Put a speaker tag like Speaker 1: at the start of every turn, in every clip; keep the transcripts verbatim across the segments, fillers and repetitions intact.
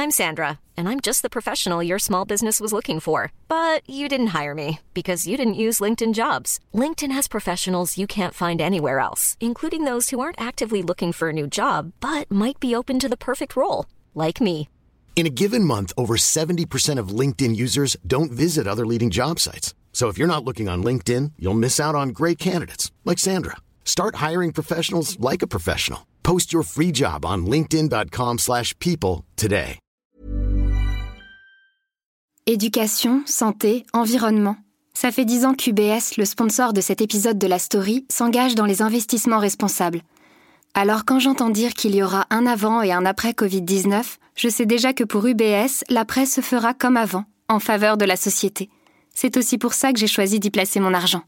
Speaker 1: I'm Sandra, and I'm just the professional your small business was looking for. But you didn't hire me because you didn't use LinkedIn Jobs. LinkedIn has professionals you can't find anywhere else, including those who aren't actively looking for a new job, but might be open to the perfect role, like me.
Speaker 2: In a given month, over seventy percent of LinkedIn users don't visit other leading job sites. So if you're not looking on LinkedIn, you'll miss out on great candidates like Sandra. Start hiring professionals like a professional. Post your free job on linkedin dot com slash people today.
Speaker 3: Éducation, santé, environnement. Ça fait dix ans qu'U B S, le sponsor de cet épisode de la story, s'engage dans les investissements responsables. Alors quand j'entends dire qu'il y aura un avant et un après covid dix-neuf, je sais déjà que pour U B S, l'après se fera comme avant, en faveur de la société. C'est aussi pour ça que j'ai choisi d'y placer mon argent.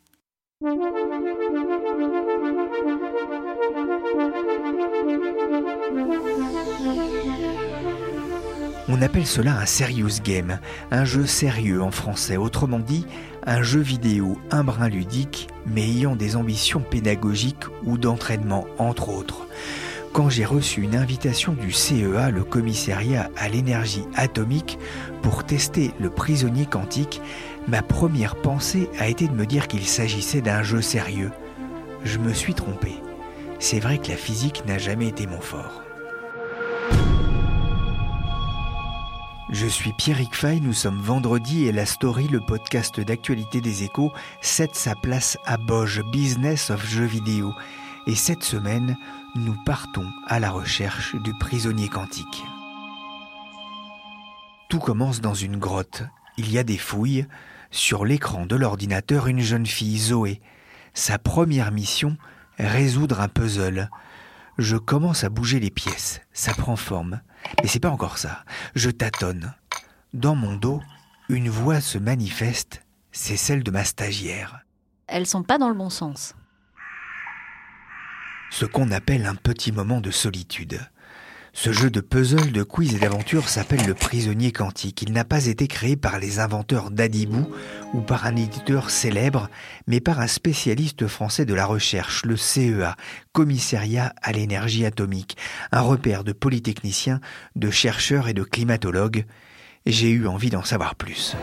Speaker 4: On appelle cela un serious game, un jeu sérieux en français, autrement dit, un jeu vidéo un brin ludique, mais ayant des ambitions pédagogiques ou d'entraînement, entre autres. Quand j'ai reçu une invitation du C E A, le commissariat à l'énergie atomique, pour tester le prisonnier quantique, ma première pensée a été de me dire qu'il s'agissait d'un jeu sérieux. Je me suis trompé. C'est vrai que la physique n'a jamais été mon fort. Je suis Pierrick Fay, nous sommes vendredi et la story, le podcast d'actualité des Échos, cède sa place à Boge, Business of Jeux vidéo. Et cette semaine, nous partons à la recherche du prisonnier quantique. Tout commence dans une grotte. Il y a des fouilles. Sur l'écran de l'ordinateur, une jeune fille, Zoé. Sa première mission, résoudre un puzzle. Je commence à bouger les pièces. Ça prend forme. Mais c'est pas encore ça. Je tâtonne. Dans mon dos, une voix se manifeste. C'est celle de ma stagiaire.
Speaker 5: Elles sont pas dans le bon sens.
Speaker 4: Ce qu'on appelle un petit moment de solitude. Ce jeu de puzzle, de quiz et d'aventure s'appelle le prisonnier quantique. Il n'a pas été créé par les inventeurs d'Adibou ou par un éditeur célèbre, mais par un spécialiste français de la recherche, le C E A, Commissariat à l'énergie atomique, un repère de polytechniciens, de chercheurs et de climatologues. J'ai eu envie d'en savoir plus.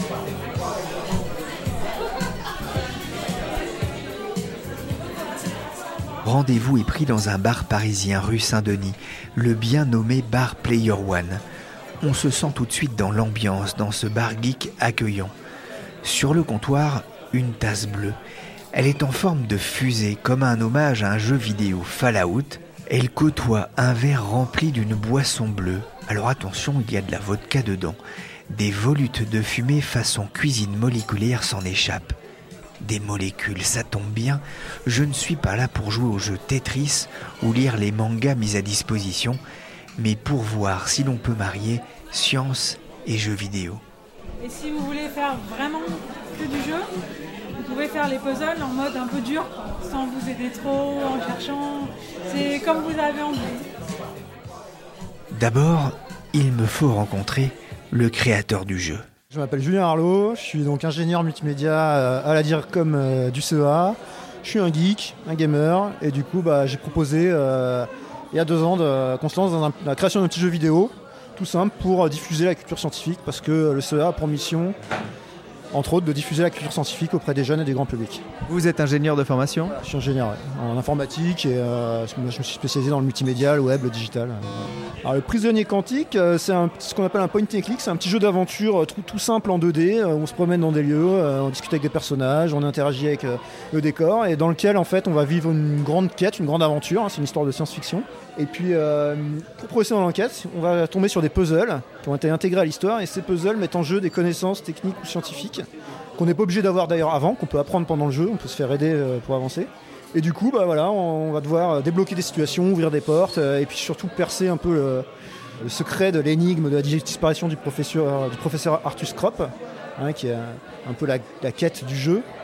Speaker 4: Rendez-vous est pris dans un bar parisien rue Saint-Denis, le bien nommé bar Player One. On se sent tout de suite dans l'ambiance, dans ce bar geek accueillant. Sur le comptoir, une tasse bleue. Elle est en forme de fusée, comme un hommage à un jeu vidéo Fallout. Elle côtoie un verre rempli d'une boisson bleue. Alors attention, il y a de la vodka dedans. Des volutes de fumée façon cuisine moléculaire s'en échappent. Des molécules, ça tombe bien, je ne suis pas là pour jouer au jeu Tetris ou lire les mangas mis à disposition, mais pour voir si l'on peut marier science et jeux vidéo.
Speaker 6: Et si vous voulez faire vraiment que du jeu, vous pouvez faire les puzzles en mode un peu dur, sans vous aider trop, en cherchant, c'est comme vous avez envie.
Speaker 4: D'abord, il me faut rencontrer le créateur du jeu.
Speaker 7: Je m'appelle Julien Arlot, je suis donc ingénieur multimédia à la DIRCOM du C E A. Je suis un geek, un gamer, et du coup bah, j'ai proposé euh, il y a deux ans de, qu'on se lance dans un, la création d'un petit jeu vidéo, tout simple pour diffuser la culture scientifique, parce que le C E A a pour mission, entre autres, de diffuser la culture scientifique auprès des jeunes et des grands publics.
Speaker 8: Vous êtes ingénieur de formation ?
Speaker 7: Je suis ingénieur ouais, en informatique et euh, je me suis spécialisé dans le multimédia, le web, le digital. Alors, le prisonnier quantique, euh, c'est un, ce qu'on appelle un point and click, c'est un petit jeu d'aventure euh, tout, tout simple en deux D, euh, où on se promène dans des lieux, euh, on discute avec des personnages, on interagit avec euh, le décor, et dans lequel en fait on va vivre une grande quête, une grande aventure, hein, c'est une histoire de science-fiction. Et puis euh, pour progresser dans l'enquête, on va tomber sur des puzzles qui ont été intégrés à l'histoire, et ces puzzles mettent en jeu des connaissances techniques ou scientifiques qu'on n'est pas obligé d'avoir d'ailleurs avant, qu'on peut apprendre pendant le jeu, on peut se faire aider euh, pour avancer. Et du coup, bah voilà, on va devoir débloquer des situations, ouvrir des portes, euh, et puis surtout percer un peu le, le secret de l'énigme de la disparition du professeur, du professeur Arthus Krop, hein, qui est un peu la, la quête du jeu.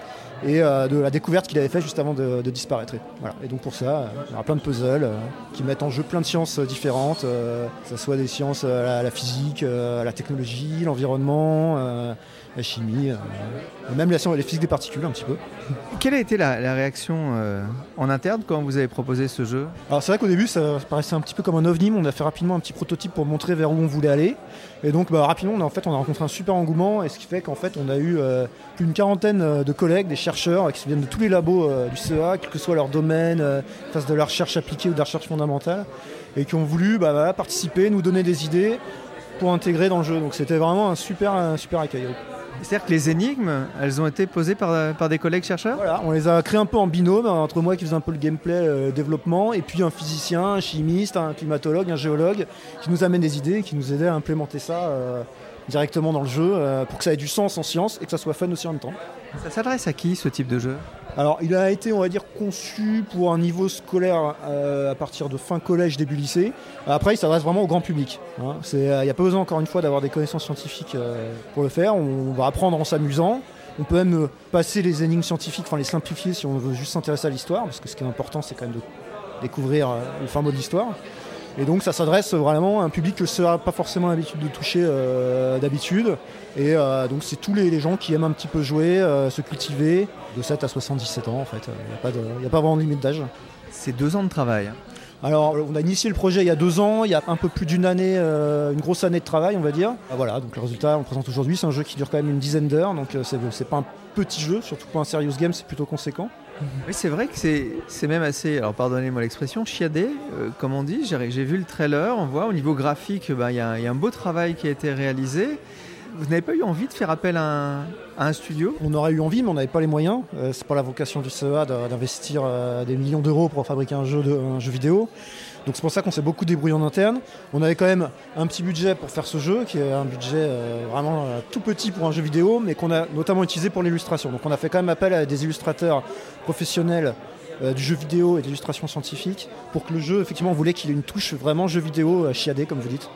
Speaker 7: et euh, de la découverte qu'il avait fait juste avant de, de disparaître. Voilà. Et donc pour ça, euh, il y aura plein de puzzles euh, qui mettent en jeu plein de sciences différentes, euh, que ce soit des sciences, euh, la, la physique, euh, la technologie, l'environnement, euh, la chimie, euh, et même la, les physiques des particules un petit peu.
Speaker 8: Quelle a été la, la réaction euh, en interne quand vous avez proposé ce jeu ?
Speaker 7: Alors c'est vrai qu'au début ça paraissait un petit peu comme un ovni, mais on a fait rapidement un petit prototype pour montrer vers où on voulait aller. Et donc bah, rapidement on a, en fait, on a rencontré un super engouement, et ce qui fait qu'en fait on a eu euh, plus d'une quarantaine de collègues, des chercheurs qui viennent de tous les labos euh, du C E A, quel que soit leur domaine, euh, face de la recherche appliquée ou de la recherche fondamentale, et qui ont voulu bah, bah, participer, nous donner des idées pour intégrer dans le jeu. Donc c'était vraiment un super, un super accueil.
Speaker 8: C'est-à-dire que les énigmes, elles ont été posées par, par des collègues chercheurs ?
Speaker 7: Voilà, on les a créées un peu en binôme, entre moi qui faisais un peu le gameplay, le développement, et puis un physicien, un chimiste, un climatologue, un géologue, qui nous amène des idées et qui nous aidait à implémenter ça euh, directement dans le jeu, euh, pour que ça ait du sens en science et que ça soit fun aussi en même temps.
Speaker 8: Ça s'adresse à qui, ce type de jeu ?
Speaker 7: Alors, il a été, on va dire, conçu pour un niveau scolaire euh, à partir de fin collège, début lycée. Après, il s'adresse vraiment au grand public. Hein. Il n'y a pas besoin, encore une fois, d'avoir des connaissances scientifiques euh, pour le faire. On, on va apprendre en s'amusant. On peut même passer les énigmes scientifiques, enfin les simplifier si on veut juste s'intéresser à l'histoire, parce que ce qui est important, c'est quand même de découvrir euh, le fin mot de l'histoire. Et donc ça s'adresse vraiment à un public que ça n'a pas forcément l'habitude de toucher euh, d'habitude. Et euh, donc c'est tous les, les gens qui aiment un petit peu jouer, euh, se cultiver, de sept à soixante-dix-sept ans en fait. Il n'y a, a pas vraiment de limite d'âge.
Speaker 8: C'est deux ans de travail.
Speaker 7: Alors on a initié le projet il y a deux ans, il y a un peu plus d'une année, euh, une grosse année de travail on va dire. Ah, voilà, donc le résultat on le présente aujourd'hui, c'est un jeu qui dure quand même une dizaine d'heures, donc euh, c'est, c'est pas un petit jeu, surtout pas un serious game, c'est plutôt conséquent.
Speaker 8: Oui, c'est vrai que c'est, c'est même assez, alors pardonnez-moi l'expression, chiadé, euh, comme on dit. J'ai, j'ai vu le trailer, on voit au niveau graphique, bah, y a, y a un beau travail qui a été réalisé. Vous n'avez pas eu envie de faire appel à un, à un studio ?
Speaker 7: On aurait eu envie, mais on n'avait pas les moyens. Euh, c'est pas la vocation du C E A d'investir euh, des millions d'euros pour fabriquer un jeu, de, un jeu vidéo. Donc c'est pour ça qu'on s'est beaucoup débrouillé en interne. On avait quand même un petit budget pour faire ce jeu, qui est un budget euh, vraiment euh, tout petit pour un jeu vidéo, mais qu'on a notamment utilisé pour l'illustration. Donc on a fait quand même appel à des illustrateurs professionnels euh, du jeu vidéo et d'illustration scientifique, pour que le jeu, effectivement, on voulait qu'il ait une touche vraiment jeu vidéo euh, chiadé, comme vous dites.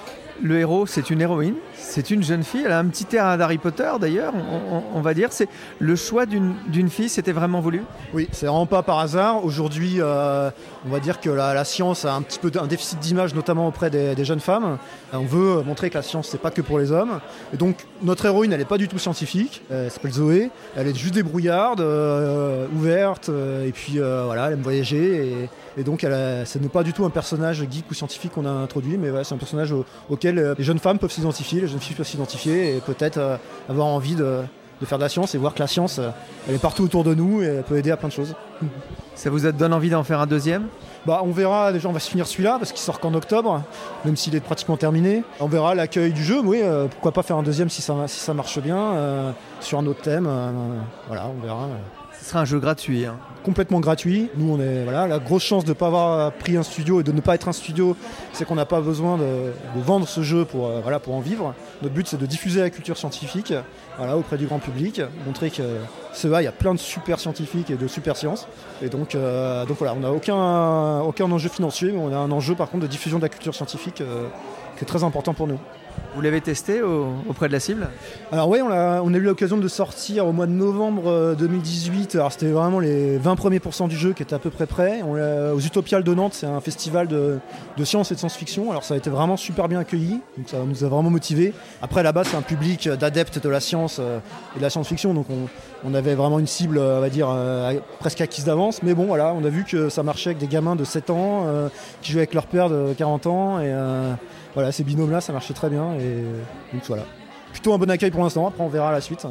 Speaker 8: Le héros, c'est une héroïne, c'est une jeune fille, elle a un petit air d'Harry Potter d'ailleurs, on, on, on va dire. C'est le choix d'une, d'une fille, c'était vraiment voulu ?
Speaker 7: Oui, c'est vraiment pas par hasard. Aujourd'hui, euh, on va dire que la, la science a un petit peu un déficit d'image, notamment auprès des, des jeunes femmes. On veut montrer que la science, c'est pas que pour les hommes. Et donc, notre héroïne, elle est pas du tout scientifique, elle s'appelle Zoé, elle est juste débrouillarde, euh, ouverte, euh, et puis euh, voilà, elle aime voyager. Et, et donc, elle a, ce n'est pas du tout un personnage geek ou scientifique qu'on a introduit, mais voilà, c'est un personnage au, auquel les jeunes femmes peuvent s'identifier, les jeunes filles peuvent s'identifier et peut-être euh, avoir envie de, de faire de la science et voir que la science, euh, elle est partout autour de nous et elle peut aider à plein de choses.
Speaker 8: Ça vous donne envie d'en faire un deuxième ?
Speaker 7: Bah, on verra, déjà on va se finir celui-là parce qu'il sort qu'en octobre, même s'il est pratiquement terminé. On verra l'accueil du jeu, oui, euh, pourquoi pas faire un deuxième si ça, si ça marche bien, euh, sur un autre thème, euh, voilà, on verra.
Speaker 8: Ce sera un jeu gratuit. Hein.
Speaker 7: Complètement gratuit. Nous, on est voilà, la grosse chance de ne pas avoir pris un studio et de ne pas être un studio, c'est qu'on n'a pas besoin de, de vendre ce jeu pour, euh, voilà, pour en vivre. Notre but, c'est de diffuser la culture scientifique, voilà, auprès du grand public, montrer que C E A, il y a plein de super scientifiques et de super sciences. Et donc, euh, donc voilà, on n'a aucun, aucun enjeu financier, mais on a un enjeu par contre de diffusion de la culture scientifique euh, qui est très important pour nous.
Speaker 8: Vous l'avez testé au, auprès de la cible ?
Speaker 7: Alors oui, on a, on a eu l'occasion de sortir au mois de novembre deux mille dix-huit. Alors c'était vraiment les vingt premiers pourcents du jeu qui étaient à peu près prêts. On l'a, aux Utopiales de Nantes, c'est un festival de, de science et de science-fiction. Alors ça a été vraiment super bien accueilli, donc ça nous a vraiment motivés. Après là-bas, c'est un public d'adeptes de la science et de la science-fiction, donc on, on avait vraiment une cible, on va dire, presque acquise d'avance. Mais bon, voilà, on a vu que ça marchait avec des gamins de sept ans euh, qui jouaient avec leur père de quarante ans. Et euh, voilà, ces binômes-là, ça marchait très bien. Et donc voilà, plutôt un bon accueil pour l'instant, après on verra la suite.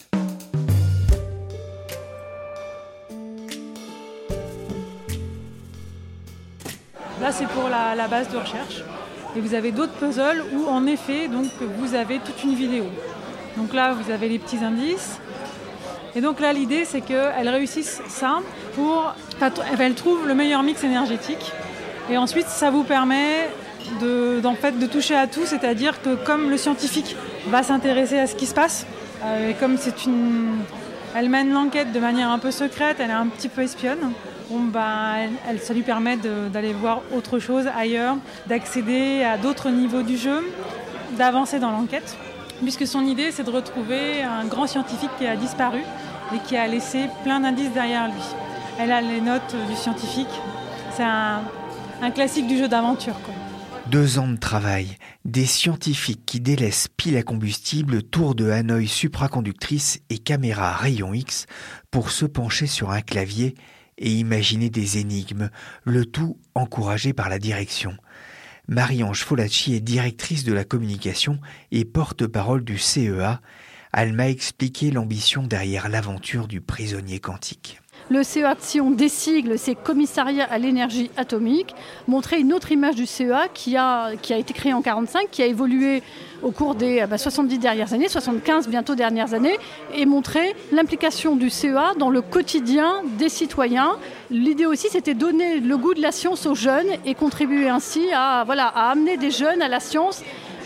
Speaker 6: Là c'est pour la, la base de recherche. Et vous avez d'autres puzzles où en effet donc, vous avez toute une vidéo. Donc là vous avez les petits indices. Et donc là l'idée c'est qu'elles réussissent ça pour... Elles trouvent le meilleur mix énergétique. Et ensuite ça vous permet... De, d'en fait, de toucher à tout, c'est-à-dire que comme le scientifique va s'intéresser à ce qui se passe, euh, et comme c'est une, elle mène l'enquête de manière un peu secrète, elle est un petit peu espionne, bon, bah, elle, elle, ça lui permet de, d'aller voir autre chose ailleurs, d'accéder à d'autres niveaux du jeu, d'avancer dans l'enquête, puisque son idée c'est de retrouver un grand scientifique qui a disparu et qui a laissé plein d'indices derrière lui. Elle a les notes du scientifique. C'est un, un classique du jeu d'aventure, quoi.
Speaker 4: Deux ans de travail, des scientifiques qui délaissent piles à combustible, tours de Hanoï supraconductrices et caméras à rayons X pour se pencher sur un clavier et imaginer des énigmes, le tout encouragé par la direction. Marie-Ange Folacci est directrice de la communication et porte-parole du C E A. Elle m'a expliqué l'ambition derrière l'aventure du prisonnier quantique.
Speaker 9: Le C E A, si on désigle, c'est Commissariat à l'énergie atomique, montrer une autre image du C E A qui a, qui a été créé en quarante-cinq, qui a évolué au cours des bah, soixante-dix dernières années, soixante-quinze bientôt dernières années, et montrer l'implication du C E A dans le quotidien des citoyens. L'idée aussi, c'était donner le goût de la science aux jeunes et contribuer ainsi à, voilà, à amener des jeunes à la science,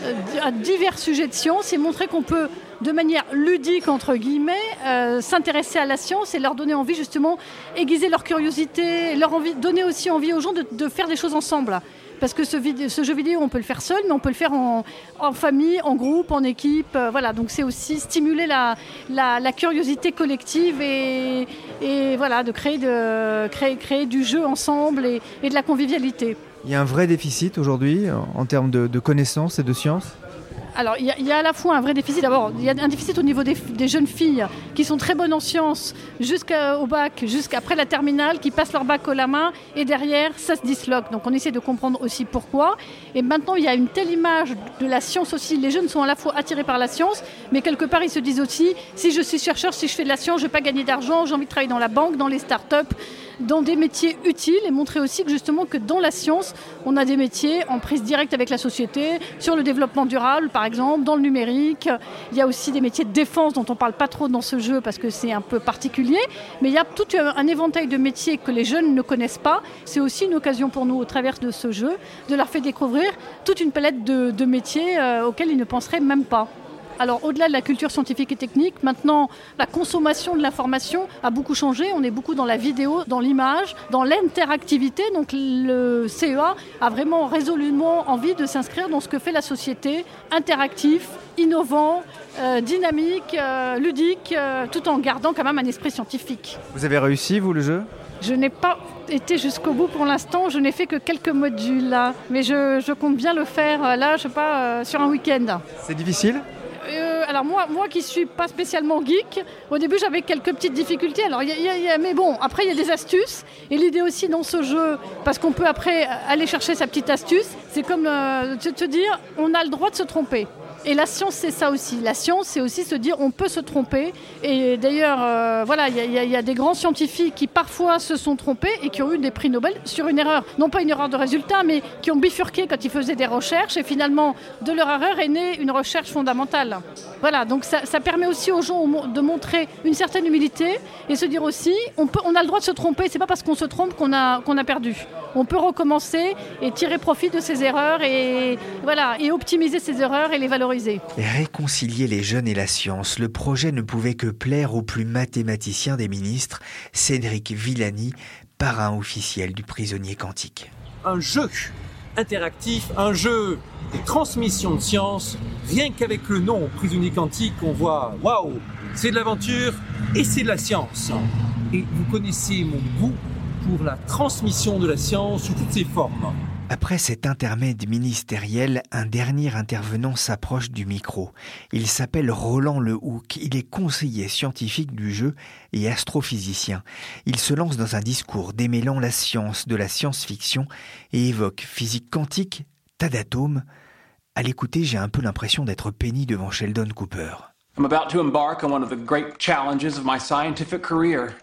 Speaker 9: à divers sujets de science, et montrer qu'on peut, de manière ludique, entre guillemets, euh, s'intéresser à la science et leur donner envie, justement, aiguiser leur curiosité, leur envie, donner aussi envie aux gens de, de faire des choses ensemble. Parce que ce, vidéo, ce jeu vidéo, on peut le faire seul, mais on peut le faire en, en famille, en groupe, en équipe. Euh, voilà, donc c'est aussi stimuler la, la, la curiosité collective et, et voilà, de créer, de, créer, créer du jeu ensemble et, et de la convivialité.
Speaker 8: Il y a un vrai déficit aujourd'hui en termes de, de connaissances et de sciences ?
Speaker 9: Alors, il y, y a à la fois un vrai déficit. D'abord, il y a un déficit au niveau des, des jeunes filles qui sont très bonnes en sciences jusqu'au bac, jusqu'après la terminale, qui passent leur bac haut la main et derrière, ça se disloque. Donc, on essaie de comprendre aussi pourquoi. Et maintenant, il y a une telle image de la science aussi. Les jeunes sont à la fois attirés par la science, mais quelque part, ils se disent aussi, si je suis chercheur, si je fais de la science, je ne vais pas gagner d'argent, j'ai envie de travailler dans la banque, dans les startups, dans des métiers utiles, et montrer aussi que justement que dans la science, on a des métiers en prise directe avec la société, sur le développement durable par exemple, dans le numérique. Il y a aussi des métiers de défense dont on ne parle pas trop dans ce jeu parce que c'est un peu particulier, mais il y a tout un éventail de métiers que les jeunes ne connaissent pas. C'est aussi une occasion pour nous, au travers de ce jeu, de leur faire découvrir toute une palette de, de métiers euh, auxquels ils ne penseraient même pas. Alors, au-delà de la culture scientifique et technique, maintenant, la consommation de l'information a beaucoup changé. On est beaucoup dans la vidéo, dans l'image, dans l'interactivité. Donc, le C E A a vraiment résolument envie de s'inscrire dans ce que fait la société, interactif, innovant, euh, dynamique, euh, ludique, euh, tout en gardant quand même un esprit scientifique.
Speaker 8: Vous avez réussi, vous, le jeu ?
Speaker 9: Je n'ai pas été jusqu'au bout pour l'instant, je n'ai fait que quelques modules là. Mais je, je compte bien le faire là, je sais pas, euh, sur un week-end.
Speaker 8: C'est difficile ?
Speaker 9: Euh, alors moi, moi qui suis pas spécialement geek, au début j'avais quelques petites difficultés. Alors, y a, y a, y a, mais bon, après il y a des astuces. Et l'idée aussi dans ce jeu, parce qu'on peut après aller chercher sa petite astuce, c'est comme euh, de te dire, on a le droit de se tromper. Et la science, c'est ça aussi. La science, c'est aussi se dire on peut se tromper. Et d'ailleurs, euh, voilà, il y, y, y a des grands scientifiques qui parfois se sont trompés et qui ont eu des prix Nobel sur une erreur. Non pas une erreur de résultat, mais qui ont bifurqué quand ils faisaient des recherches. Et finalement, de leur erreur est née une recherche fondamentale. Voilà, donc ça, ça permet aussi aux gens de montrer une certaine humilité et se dire aussi, on, peut, on a le droit de se tromper. C'est pas parce qu'on se trompe qu'on a, qu'on a perdu. On peut recommencer et tirer profit de ses erreurs et, voilà, et optimiser ses erreurs et les valoriser.
Speaker 4: Réconcilier les jeunes et la science, le projet ne pouvait que plaire au plus mathématicien des ministres, Cédric Villani, parrain officiel du prisonnier quantique.
Speaker 10: Un jeu interactif, un jeu de transmission de science, rien qu'avec le nom prisonnier quantique, on voit waouh, c'est de l'aventure et c'est de la science. Et vous connaissez mon goût pour la transmission de la science sous toutes ses formes.
Speaker 4: Après cet intermède ministériel, un dernier intervenant s'approche du micro. Il s'appelle Roland Lehoucq, il est conseiller scientifique du jeu et astrophysicien. Il se lance dans un discours démêlant la science de la science-fiction et évoque physique quantique, tas d'atomes. À l'écouter, j'ai un peu l'impression d'être Penny devant Sheldon Cooper.
Speaker 11: I'm about to embark on one of the great challenges of my scientific career.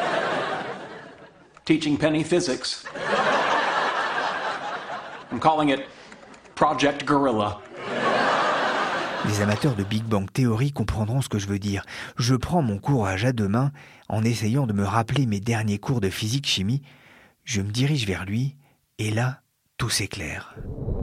Speaker 11: Teaching Penny physics. I'm calling it Project Gorilla.
Speaker 4: Les amateurs de Big Bang Theory comprendront ce que je veux dire. Je prends mon courage à deux mains en essayant de me rappeler mes derniers cours de physique-chimie. Je me dirige vers lui et là, tout s'éclaire.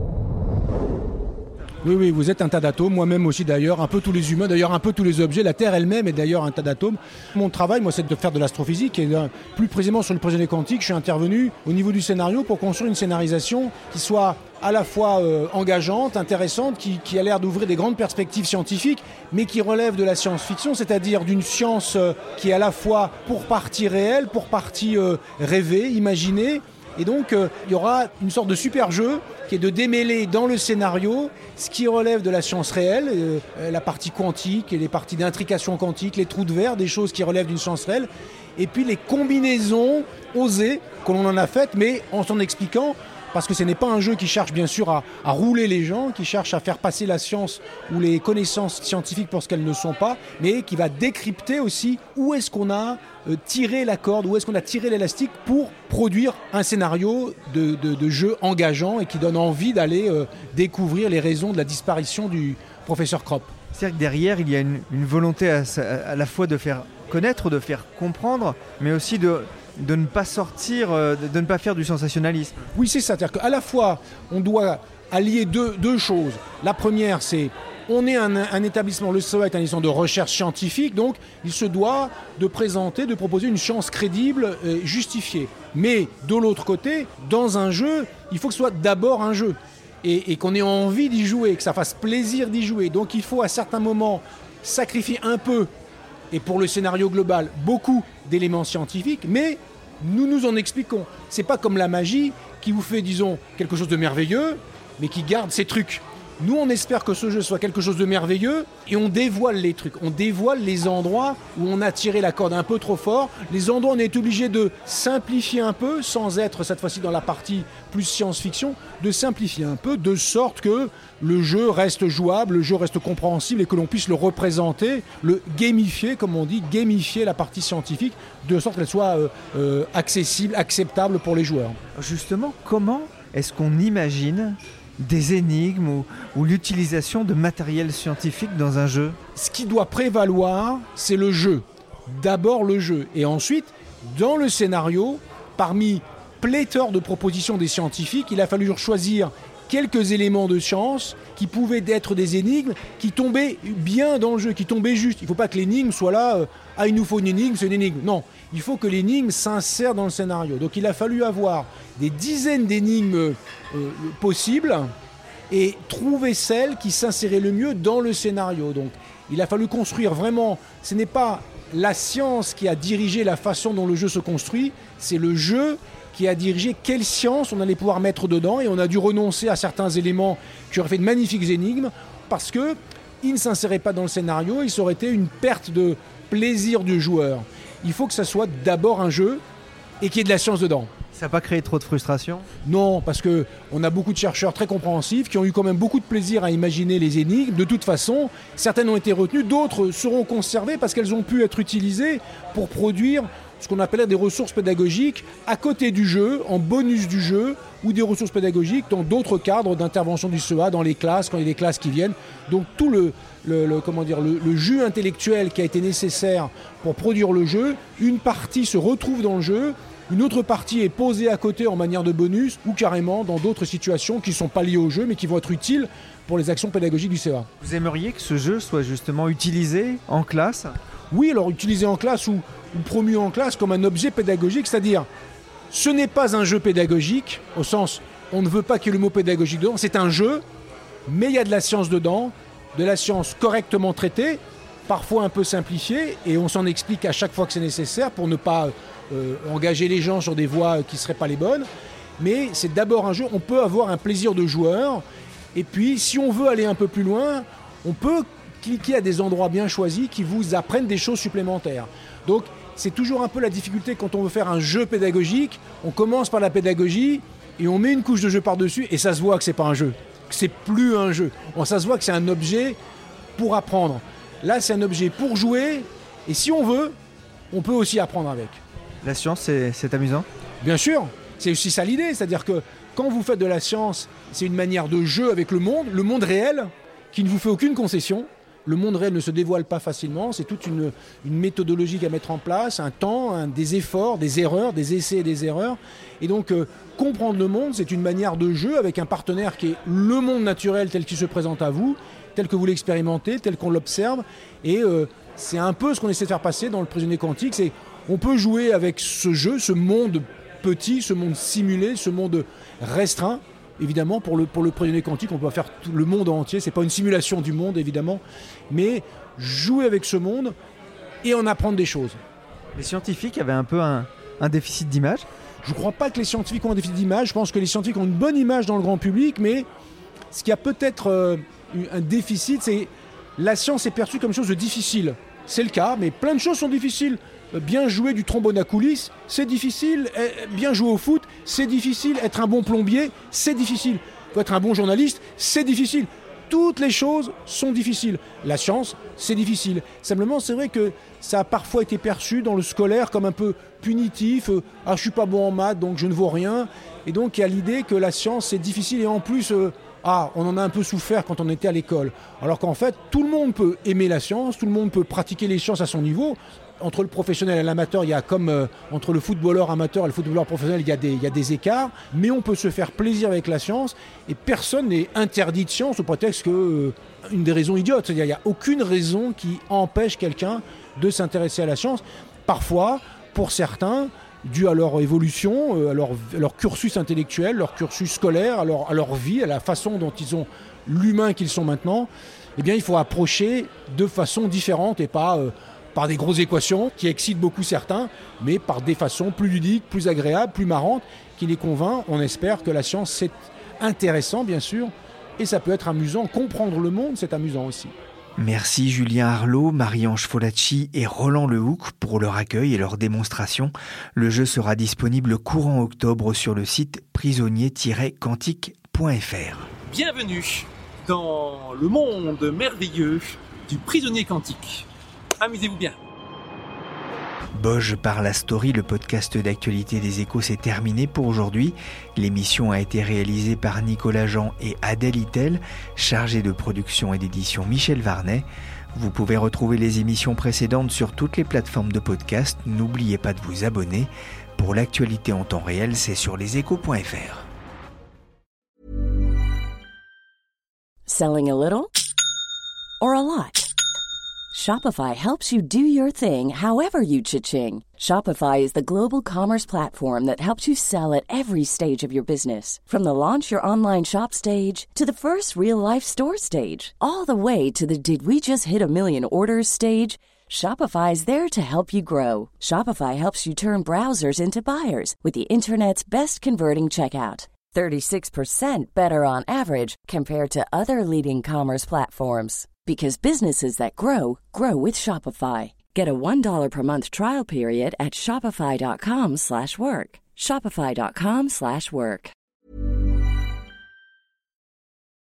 Speaker 12: Oui, oui, vous êtes un tas d'atomes, moi-même aussi d'ailleurs, un peu tous les humains, d'ailleurs un peu tous les objets, la Terre elle-même est d'ailleurs un tas d'atomes. Mon travail, moi, c'est de faire de l'astrophysique et plus précisément sur le prisonnier quantique, je suis intervenu au niveau du scénario pour construire une scénarisation qui soit à la fois euh, engageante, intéressante, qui, qui a l'air d'ouvrir des grandes perspectives scientifiques, mais qui relève de la science-fiction, c'est-à-dire d'une science euh, qui est à la fois pour partie réelle, pour partie euh, rêvée, imaginée. Et donc, euh, il y aura une sorte de super jeu qui est de démêler dans le scénario ce qui relève de la science réelle, euh, la partie quantique et les parties d'intrication quantique, les trous de verre, des choses qui relèvent d'une science réelle, et puis les combinaisons osées que l'on en a faites, mais en s'en expliquant, parce que ce n'est pas un jeu qui cherche bien sûr à, à rouler les gens, qui cherche à faire passer la science ou les connaissances scientifiques pour ce qu'elles ne sont pas, mais qui va décrypter aussi où est-ce qu'on a euh, tiré la corde, où est-ce qu'on a tiré l'élastique pour produire un scénario de, de, de jeu engageant et qui donne envie d'aller euh, découvrir les raisons de la disparition du professeur Kropp.
Speaker 8: C'est-à-dire que derrière, il y a une, une volonté à, à la fois de faire connaître, de faire comprendre, mais aussi de... de ne pas sortir, de ne pas faire du sensationnalisme.
Speaker 12: Oui, c'est ça. C'est-à-dire qu'à la fois, on doit allier deux, deux choses. La première, c'est on est un, un établissement, le C E A est un établissement de recherche scientifique, donc il se doit de présenter, de proposer une science crédible et justifiée. Mais de l'autre côté, dans un jeu, il faut que ce soit d'abord un jeu et, et qu'on ait envie d'y jouer, que ça fasse plaisir d'y jouer. Donc il faut à certains moments sacrifier un peu, et pour le scénario global, beaucoup d'éléments scientifiques, mais nous nous en expliquons. C'est pas comme la magie qui vous fait, disons, quelque chose de merveilleux, mais qui garde ses trucs. Nous, on espère que ce jeu soit quelque chose de merveilleux et on dévoile les trucs. On dévoile les endroits où on a tiré la corde un peu trop fort. Les endroits où on est obligé de simplifier un peu, sans être cette fois-ci dans la partie plus science-fiction, de simplifier un peu, de sorte que le jeu reste jouable, le jeu reste compréhensible et que l'on puisse le représenter, le gamifier, comme on dit, gamifier la partie scientifique, de sorte qu'elle soit euh, euh, accessible, acceptable pour les joueurs.
Speaker 8: Justement, comment est-ce qu'on imagine des énigmes ou, ou l'utilisation de matériel scientifique dans un jeu?
Speaker 12: Ce qui doit prévaloir, c'est le jeu. D'abord le jeu. Et ensuite, dans le scénario, parmi pléthore de propositions des scientifiques, il a fallu choisir quelques éléments de science qui pouvaient être des énigmes, qui tombaient bien dans le jeu, qui tombaient juste. Il ne faut pas que l'énigme soit là, euh, ah il nous faut une énigme, c'est une énigme. Non, il faut que l'énigme s'insère dans le scénario. Donc il a fallu avoir des dizaines d'énigmes euh, possibles et trouver celle qui s'insérait le mieux dans le scénario. Donc il a fallu construire vraiment, ce n'est pas la science qui a dirigé la façon dont le jeu se construit, c'est le jeu qui a dirigé quelle science on allait pouvoir mettre dedans, et on a dû renoncer à certains éléments qui auraient fait de magnifiques énigmes parce qu'ils ne s'inséraient pas dans le scénario et ça aurait été une perte de plaisir du joueur. Il faut que ça soit d'abord un jeu et qu'il y ait de la science dedans.
Speaker 8: Ça n'a pas créé trop de frustration?
Speaker 12: Non, parce qu'on a beaucoup de chercheurs très compréhensifs qui ont eu quand même beaucoup de plaisir à imaginer les énigmes. De toute façon, certaines ont été retenues, d'autres seront conservées parce qu'elles ont pu être utilisées pour produire ce qu'on appelait des ressources pédagogiques à côté du jeu, en bonus du jeu, ou des ressources pédagogiques dans d'autres cadres d'intervention du C E A, dans les classes, quand il y a des classes qui viennent. Donc tout le, le, le, comment dire, le, le jus intellectuel qui a été nécessaire pour produire le jeu, une partie se retrouve dans le jeu, une autre partie est posée à côté en manière de bonus, ou carrément dans d'autres situations qui ne sont pas liées au jeu, mais qui vont être utiles pour les actions pédagogiques du C E A.
Speaker 8: Vous aimeriez que ce jeu soit justement utilisé en classe?
Speaker 12: Oui, alors utilisé en classe ou, ou promu en classe comme un objet pédagogique, c'est-à-dire ce n'est pas un jeu pédagogique, au sens on ne veut pas qu'il y ait le mot pédagogique dedans, c'est un jeu, mais il y a de la science dedans, de la science correctement traitée, parfois un peu simplifiée, et on s'en explique à chaque fois que c'est nécessaire pour ne pas euh, engager les gens sur des voies qui ne seraient pas les bonnes, mais c'est d'abord un jeu, on peut avoir un plaisir de joueur, et puis si on veut aller un peu plus loin, on peut cliquer à des endroits bien choisis qui vous apprennent des choses supplémentaires. Donc c'est toujours un peu la difficulté quand on veut faire un jeu pédagogique, on commence par la pédagogie et on met une couche de jeu par-dessus et ça se voit que c'est pas un jeu, que c'est plus un jeu. Bon, ça se voit que c'est un objet pour apprendre. Là c'est un objet pour jouer et si on veut, on peut aussi apprendre avec.
Speaker 8: La science, c'est, c'est amusant?
Speaker 12: Bien sûr, c'est aussi ça l'idée, c'est-à-dire que quand vous faites de la science, c'est une manière de jeu avec le monde, le monde réel, qui ne vous fait aucune concession. Le monde réel ne se dévoile pas facilement, c'est toute une, une méthodologie à mettre en place, un temps, un, des efforts, des erreurs, des essais et des erreurs. Et donc, euh, comprendre le monde, c'est une manière de jeu avec un partenaire qui est le monde naturel tel qu'il se présente à vous, tel que vous l'expérimentez, tel qu'on l'observe. Et euh, c'est un peu ce qu'on essaie de faire passer dans le prisonnier quantique, c'est on peut jouer avec ce jeu, ce monde petit, ce monde simulé, ce monde restreint, évidemment, pour le, pour le prisonnier quantique, on ne peut pas faire tout le monde entier, ce n'est pas une simulation du monde, évidemment, mais jouer avec ce monde et en apprendre des choses.
Speaker 8: Les scientifiques avaient un peu un, un déficit d'image ?
Speaker 12: Je ne crois pas que les scientifiques ont un déficit d'image, je pense que les scientifiques ont une bonne image dans le grand public, mais ce qui a peut-être euh, un déficit, c'est la science est perçue comme chose de difficile. C'est le cas, mais plein de choses sont difficiles. Bien jouer du trombone à coulisses, c'est difficile. Bien jouer au foot, c'est difficile. Être un bon plombier, c'est difficile. Faut être un bon journaliste, c'est difficile. Toutes les choses sont difficiles. La science, c'est difficile. Simplement, c'est vrai que ça a parfois été perçu dans le scolaire comme un peu punitif. Euh, ah, je suis pas bon en maths, donc je ne vaux rien. Et donc, il y a l'idée que la science, c'est difficile. Et en plus, euh, ah, on en a un peu souffert quand on était à l'école. Alors qu'en fait, tout le monde peut aimer la science, tout le monde peut pratiquer les sciences à son niveau. Entre le professionnel et l'amateur, il y a comme euh, entre le footballeur amateur et le footballeur professionnel, il y a des, il y a des écarts, mais on peut se faire plaisir avec la science et personne n'est interdit de science au prétexte que euh, une des raisons idiotes, c'est-à-dire il n'y a aucune raison qui empêche quelqu'un de s'intéresser à la science. Parfois, pour certains, dû à leur évolution, euh, à, leur, à leur cursus intellectuel, leur cursus scolaire, à leur, à leur vie, à la façon dont ils ont l'humain qu'ils sont maintenant, eh bien il faut approcher de façon différente et pas euh, par des grosses équations qui excitent beaucoup certains, mais par des façons plus ludiques, plus agréables, plus marrantes, qui les convainc. On espère que la science, c'est intéressant, bien sûr, et ça peut être amusant. Comprendre le monde, c'est amusant aussi.
Speaker 4: Merci Julien Arlot, Marie-Ange Folacci et Roland Lehoucq pour leur accueil et leur démonstration. Le jeu sera disponible courant octobre sur le site prisonnier tiret quantique point f r.
Speaker 10: Bienvenue dans le monde merveilleux du prisonnier quantique. Amusez-vous bien.
Speaker 4: Boge par la story, le podcast d'actualité des Échos, c'est terminé pour aujourd'hui. L'émission a été réalisée par Nicolas Jean et Adèle Itel, chargée de production et d'édition Michel Varnet. Vous pouvez retrouver les émissions précédentes sur toutes les plateformes de podcast. N'oubliez pas de vous abonner. Pour l'actualité en temps réel, c'est sur leséchos point f r.
Speaker 13: Selling a little or a lot? Shopify helps you do your thing however you cha-ching. Shopify is the global commerce platform that helps you sell at every stage of your business. From the launch your online shop stage to the first real-life store stage, all the way to the did we just hit a million orders stage. Shopify is there to help you grow. Shopify helps you turn browsers into buyers with the internet's best converting checkout. thirty-six percent better on average compared to other leading commerce platforms. Because businesses that grow, grow with Shopify. Get a one dollar per month trial period at shopify.com slash work. Shopify.com slash work.